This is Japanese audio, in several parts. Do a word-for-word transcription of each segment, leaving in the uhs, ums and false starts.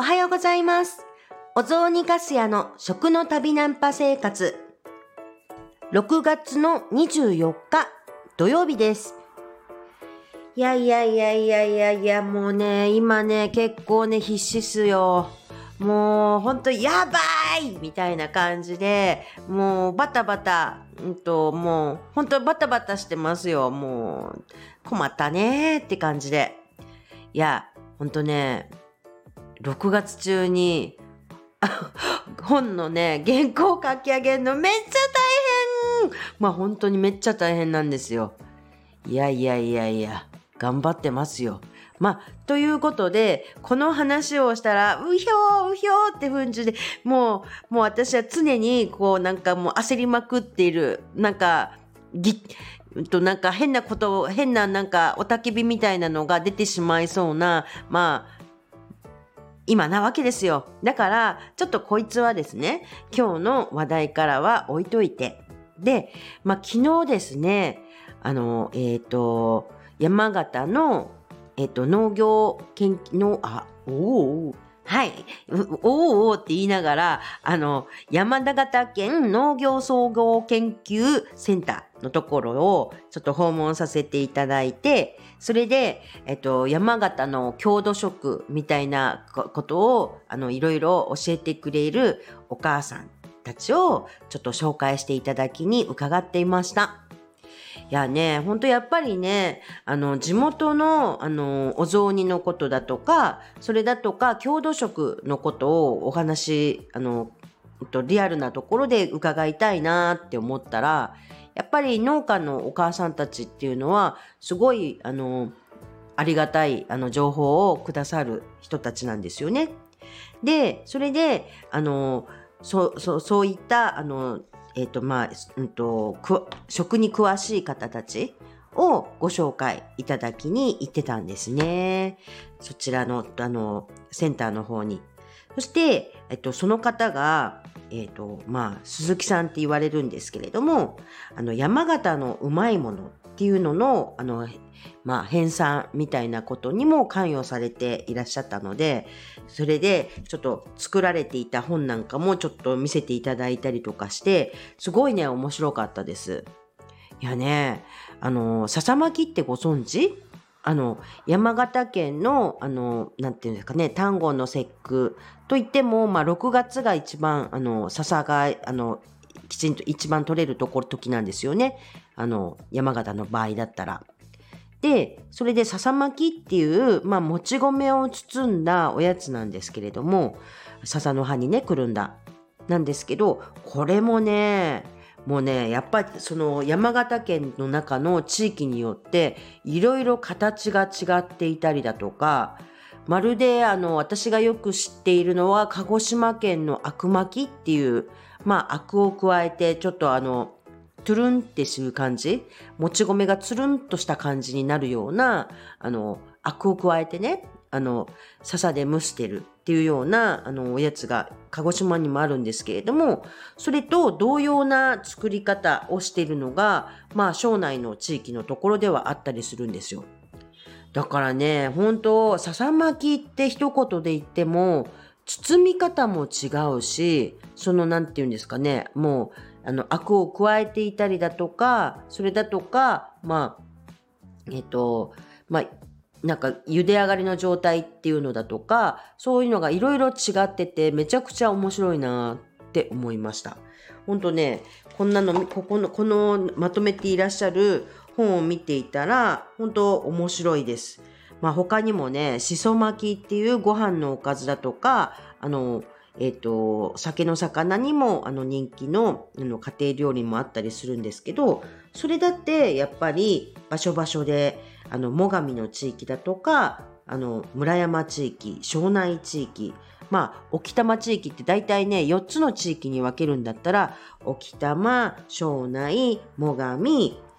おはようございます。お雑煮かすやの食の旅ナンパ生活。ろくがつのにじゅうよっか土曜日です。いやいやいやいやいやいや、もうね、今ね、結構ね、必死っすよ。もう、ほんと、やばいみたいな感じで、もう、バタバタ、うんと、もう、ほんと、バタバタしてますよ。もう、困ったねーって感じで。いや、ほんとね、ろくがつ中に、本のね、原稿書き上げるのめっちゃ大変。まあ、本当にめっちゃ大変なんですよ。いやいやいやいや、頑張ってますよ。まあ、ということで、この話をしたら、うひょーうひょーってふじで、もう、もう私は常に、こう、なんかもう焦りまくっている、なんか、ぎ、うんと、なんか変なこと、変ななんかおたけびみたいなのが出てしまいそうな、まあ、今なわけですよ。だから、ちょっとこいつはですね、今日の話題からは置いといて。で、まあ、昨日ですね、あの、えっと、山形の、えっと、農業研究の、あ、おおはい、うおおって言いながら、あの、山形県農業総合研究センターのところをちょっと訪問させていただいて、それで、えっと、山形の郷土食みたいなことを、あの、いろいろ教えてくれるお母さんたちをちょっと紹介していただきに伺っていました。いやね、ほんとやっぱりね、あの、地元の、あの、お雑煮のことだとか、それだとか、郷土食のことをお話、あの、リアルなところで伺いたいなって思ったら、やっぱり農家のお母さんたちっていうのは、すごい、あの、ありがたい、あの、情報をくださる人たちなんですよね。で、それで、あの、そう、そう、そういった、あの、えっと、まあ、うんと、く、食に詳しい方たちをご紹介いただきに行ってたんですね。そちらの、あの、センターの方に。そして、えっと、その方が、えっと、まあ、鈴木さんって言われるんですけれども、あの、山形のうまいものっていうのの、あの、まあ、編纂みたいなことにも関与されていらっしゃったので、それでちょっと作られていた本なんかもちょっと見せていただいたりとかして、すごいね、面白かったです。いやね、あの、笹巻ってご存知？あの、山形県の、あの、なんていうんですかね、端午の節句といっても、まあ、ろくがつが一番、あの、笹が、あの、きちんと一番取れるところ、時なんですよね。あの、山形の場合だったら。で、それで笹巻っていう、まあ、もち米を包んだおやつなんですけれども、笹の葉にね、くるんだ。なんですけど、これもね、もうね、やっぱりその山形県の中の地域によって、いろいろ形が違っていたりだとか、まるであの、私がよく知っているのは、鹿児島県のあくまきっていう、まあ、あくを加えて、ちょっとあの、トゥルンってする感じ、もち米がつるんとした感じになるような、あの、アクを加えてね、あの、笹で蒸してるっていうような、あの、おやつが鹿児島にもあるんですけれども、それと同様な作り方をしているのが、まあ、庄内の地域のところではあったりするんですよ。だからね、本当笹巻きって一言で言っても、包み方も違うし、そのなんて言うんですかね、もう、あの、アクを加えていたりだとか、それだとか、まあ、えっと、まあ、なんか茹で上がりの状態っていうのだとか、そういうのがいろいろ違ってて、めちゃくちゃ面白いなって思いました。ほんとね、こんなの、ここの、このまとめていらっしゃる本を見ていたら、本当面白いです。まあ他にもね、しそ巻きっていうご飯のおかずだとか、あの、えっと、酒の魚にもあの人気のあの家庭料理もあったりするんですけど、それだってやっぱり場所場所で、あの、最上の地域だとか、あの、村山地域、庄内地域、まあ、沖多摩地域って大体ね、よっつの地域に分けるんだったら、沖多摩、庄内、最上、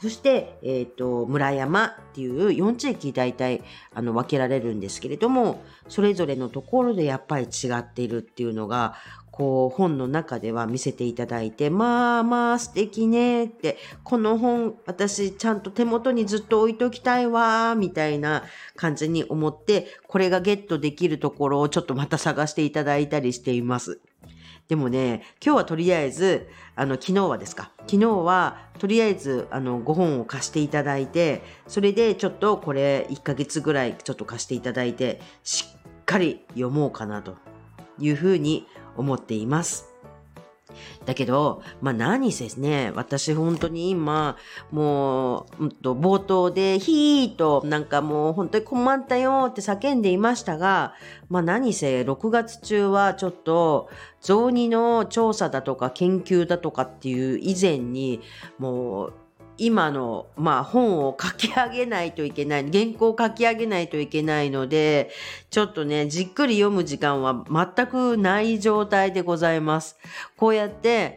そして、えっと、村山っていうよん地域大体あの分けられるんですけれども、それぞれのところでやっぱり違っているっていうのが、こう本の中では見せていただいて、まあまあ素敵ねって、この本私ちゃんと手元にずっと置いときたいわみたいな感じに思って、これがゲットできるところをちょっとまた探していただいたりしています。でもね、今日はとりあえず、あの、昨日はですか。昨日は、とりあえず、あの、ご本を貸していただいて、それでちょっとこれ、いっかげつぐらいちょっと貸していただいて、しっかり読もうかなというふうに思っています。だけど、まあ何せですね、私本当に今、もう、うんと、冒頭でヒーとなんかもう本当に困ったよって叫んでいましたが、まあ何せろくがつ中はちょっと雑煮の調査だとか研究だとかっていう以前に、もう今の、まあ、本を書き上げないといけない、原稿を書き上げないといけないので、ちょっとね、じっくり読む時間は全くない状態でございます。こうやって、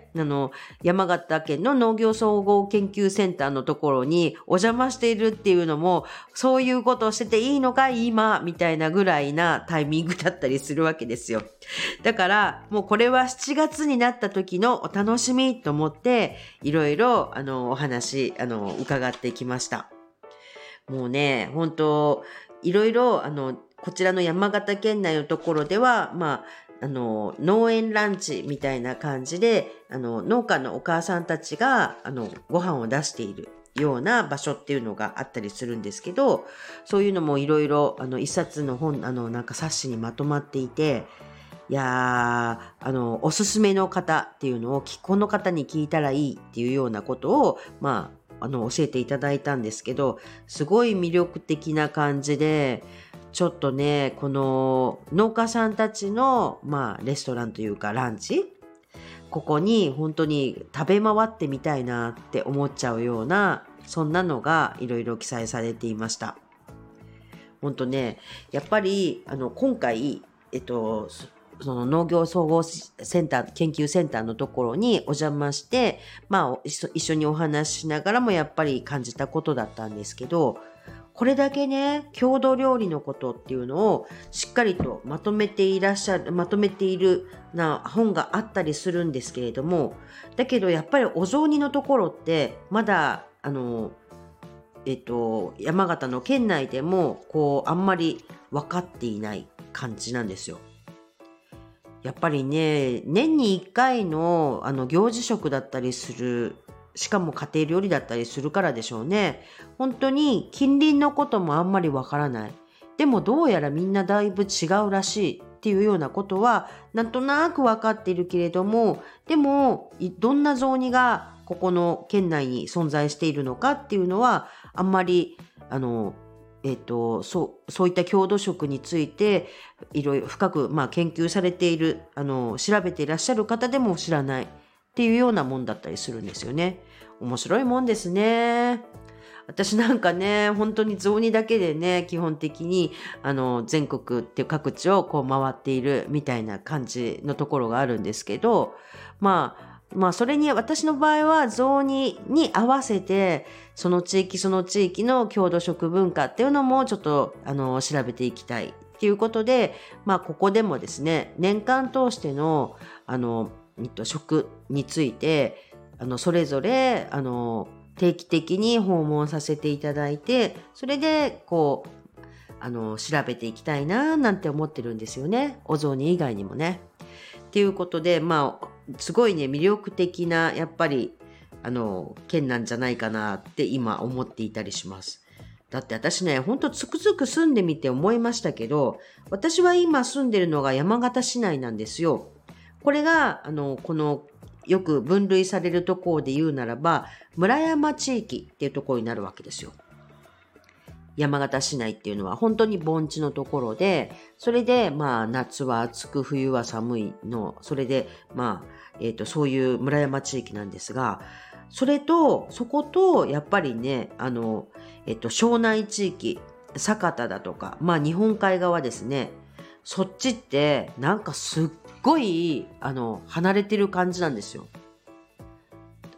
あの、山形県の農業総合研究センターのところにお邪魔しているっていうのも、そういうことをしてていいのか今、みたいなぐらいなタイミングだったりするわけですよ。だから、もうこれはしちがつになった時のお楽しみと思って、いろいろ、あの、お話、あの、伺ってきました。もうね、本当いろいろ、あの、こちらの山形県内のところでは、まあ、あの、農園ランチみたいな感じで、あの、農家のお母さんたちが、あの、ご飯を出しているような場所っていうのがあったりするんですけど、そういうのもいろいろ、あの、一冊の本、あの、なんか冊子にまとまっていて、いやー、あの、おすすめの方っていうのを、この方に聞いたらいいっていうようなことを、まあ、あの、教えていただいたんですけど、すごい魅力的な感じで、ちょっとね、この農家さんたちの、まあ、レストランというかランチ、ここに本当に食べ回ってみたいなって思っちゃうような、そんなのがいろいろ記載されていました。本当ね、やっぱり、あの、今回、えっと、その農業総合センター、研究センターのところにお邪魔して、まあ一緒にお話ししながらもやっぱり感じたことだったんですけど、これだけね、郷土料理のことっていうのをしっかりとまとめていらっしゃる、まとめているな本があったりするんですけれども、だけどやっぱりお雑煮のところってまだ、あの、えっと、山形の県内でもこうあんまり分かっていない感じなんですよ。やっぱりね、年にいっかいのあの行事食だったりする、しかも家庭料理だったりするからでしょうね。本当に近隣のこともあんまりわからない。でもどうやらみんなだいぶ違うらしいっていうようなことはなんとなくわかっているけれども、でもどんな雑煮がここの県内に存在しているのかっていうのはあんまりあのえっと、そう、そういった郷土食についていろいろ深く、まあ、研究されている、あの、調べていらっしゃる方でも知らないっていうようなもんだったりするんですよね。面白いもんですね。私なんかね、本当に雑煮だけでね、基本的に、あの、全国っていう各地をこう回っているみたいな感じのところがあるんですけど、まあ、まあそれに私の場合は雑煮に合わせてその地域その地域の郷土食文化っていうのもちょっとあの調べていきたいっていうことで、まあここでもですね、年間通してのあの、えっと、食についてあのそれぞれあの定期的に訪問させていただいて、それでこうあの調べていきたいななんて思ってるんですよね。お雑煮以外にもね。っていうことで、まあすごいね魅力的なやっぱりあの県なんじゃないかなって今思っていたりします。だって私ね、ほんとつくづく住んでみて思いましたけど、私は今住んでるのが山形市内なんですよ。これがあのこのよく分類されるところで言うならば村山地域っていうところになるわけですよ。山形市内っていうのは本当に盆地のところで、それでまあ夏は暑く冬は寒いの、それでまあ、えっと、そういう村山地域なんですが、それと、そことやっぱりね、あの、えっと、庄内地域、酒田だとか、まあ日本海側ですね、そっちってなんかすっごい、あの、離れてる感じなんですよ。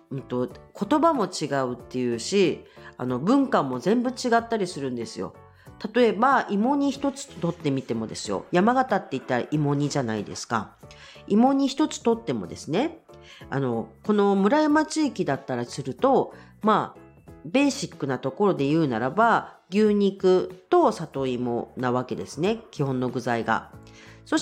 うんと、言葉も違うっていうし、あの文化も全部違ったりするんですよ。例えば芋煮一つ取ってみてもですよ、山形って言ったら芋煮じゃないですか。芋煮一つ取ってもですね、あのこの村山地域だったらすると、まあベーシックなところで言うならば牛肉と里芋なわけですね、基本の具材が。そして、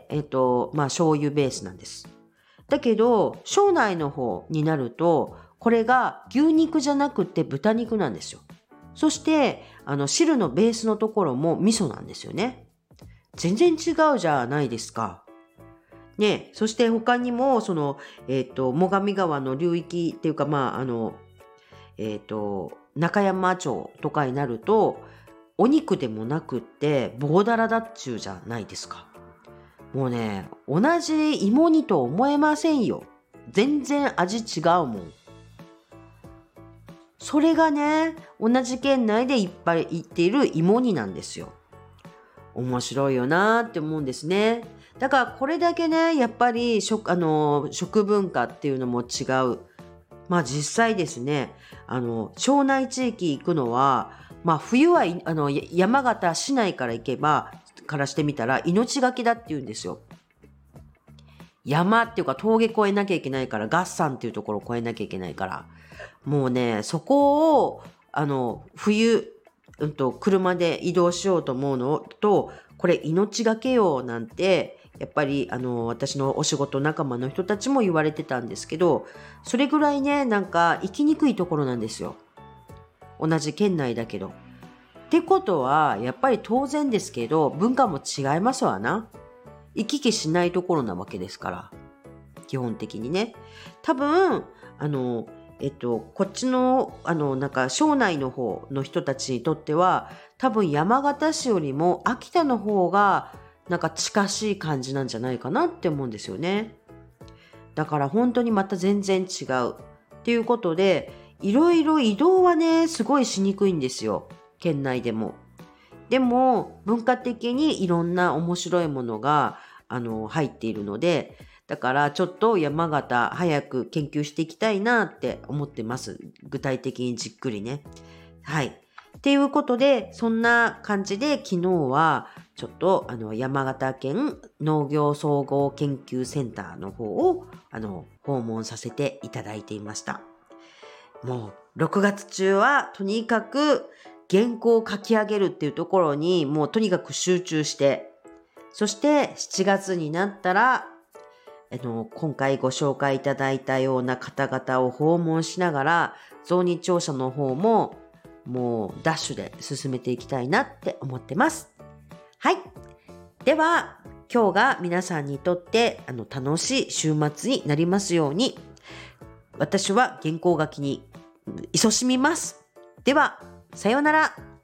えっとまあ醤油ベースなんです。だけど庄内の方になると、これが牛肉じゃなくて豚肉なんですよ。そしてあの汁のベースのところも味噌なんですよね。全然違うじゃないですか。ね、そして他にもその、えっと最上川の流域っていうか、まああのえっと中山町とかになると、お肉でもなくって棒だらだっちゅうじゃないですか。もうね、同じ芋煮と思えませんよ。全然味違うもん。それがね、同じ県内でいっぱい行っている芋煮なんですよ。面白いよなーって思うんですね。だからこれだけね、やっぱり食、あの、食文化っていうのも違う。まあ実際ですね、あの、庄内地域行くのは、まあ冬は、あの、山形市内から行けば、からしてみたら命がけだって言うんですよ。山っていうか峠越えなきゃいけないから、月山っていうところを越えなきゃいけないから。もうね、そこを、あの、冬、うんと、車で移動しようと思うのと、これ命がけよなんて、やっぱり、あの、私のお仕事仲間の人たちも言われてたんですけど、それぐらいね、なんか行きにくいところなんですよ。同じ県内だけど。ってことは、やっぱり当然ですけど、文化も違いますわな。行き来しないところなわけですから。基本的にね。多分、あの、えっと、こっちの、あの、なんか、庄内の方の人たちにとっては、多分山形市よりも秋田の方が、なんか近しい感じなんじゃないかなって思うんですよね。だから本当にまた全然違う。っていうことで、いろいろ移動はね、すごいしにくいんですよ。県内でも。でも、文化的にいろんな面白いものが、あの、入っているので、だからちょっと山形早く研究していきたいなって思ってます。具体的にじっくりね。はい。っていうことで、そんな感じで昨日はちょっとあの山形県農業総合研究センターの方をあの訪問させていただいていました。もうろくがつ中はとにかく原稿を書き上げるっていうところにもうとにかく集中して、そしてしちがつになったらあの今回ご紹介いただいたような方々を訪問しながら雑煮調査の方ももうダッシュで進めていきたいなって思ってます。はい。では今日が皆さんにとってあの楽しい週末になりますように、私は原稿書きに勤しみます。ではさようなら。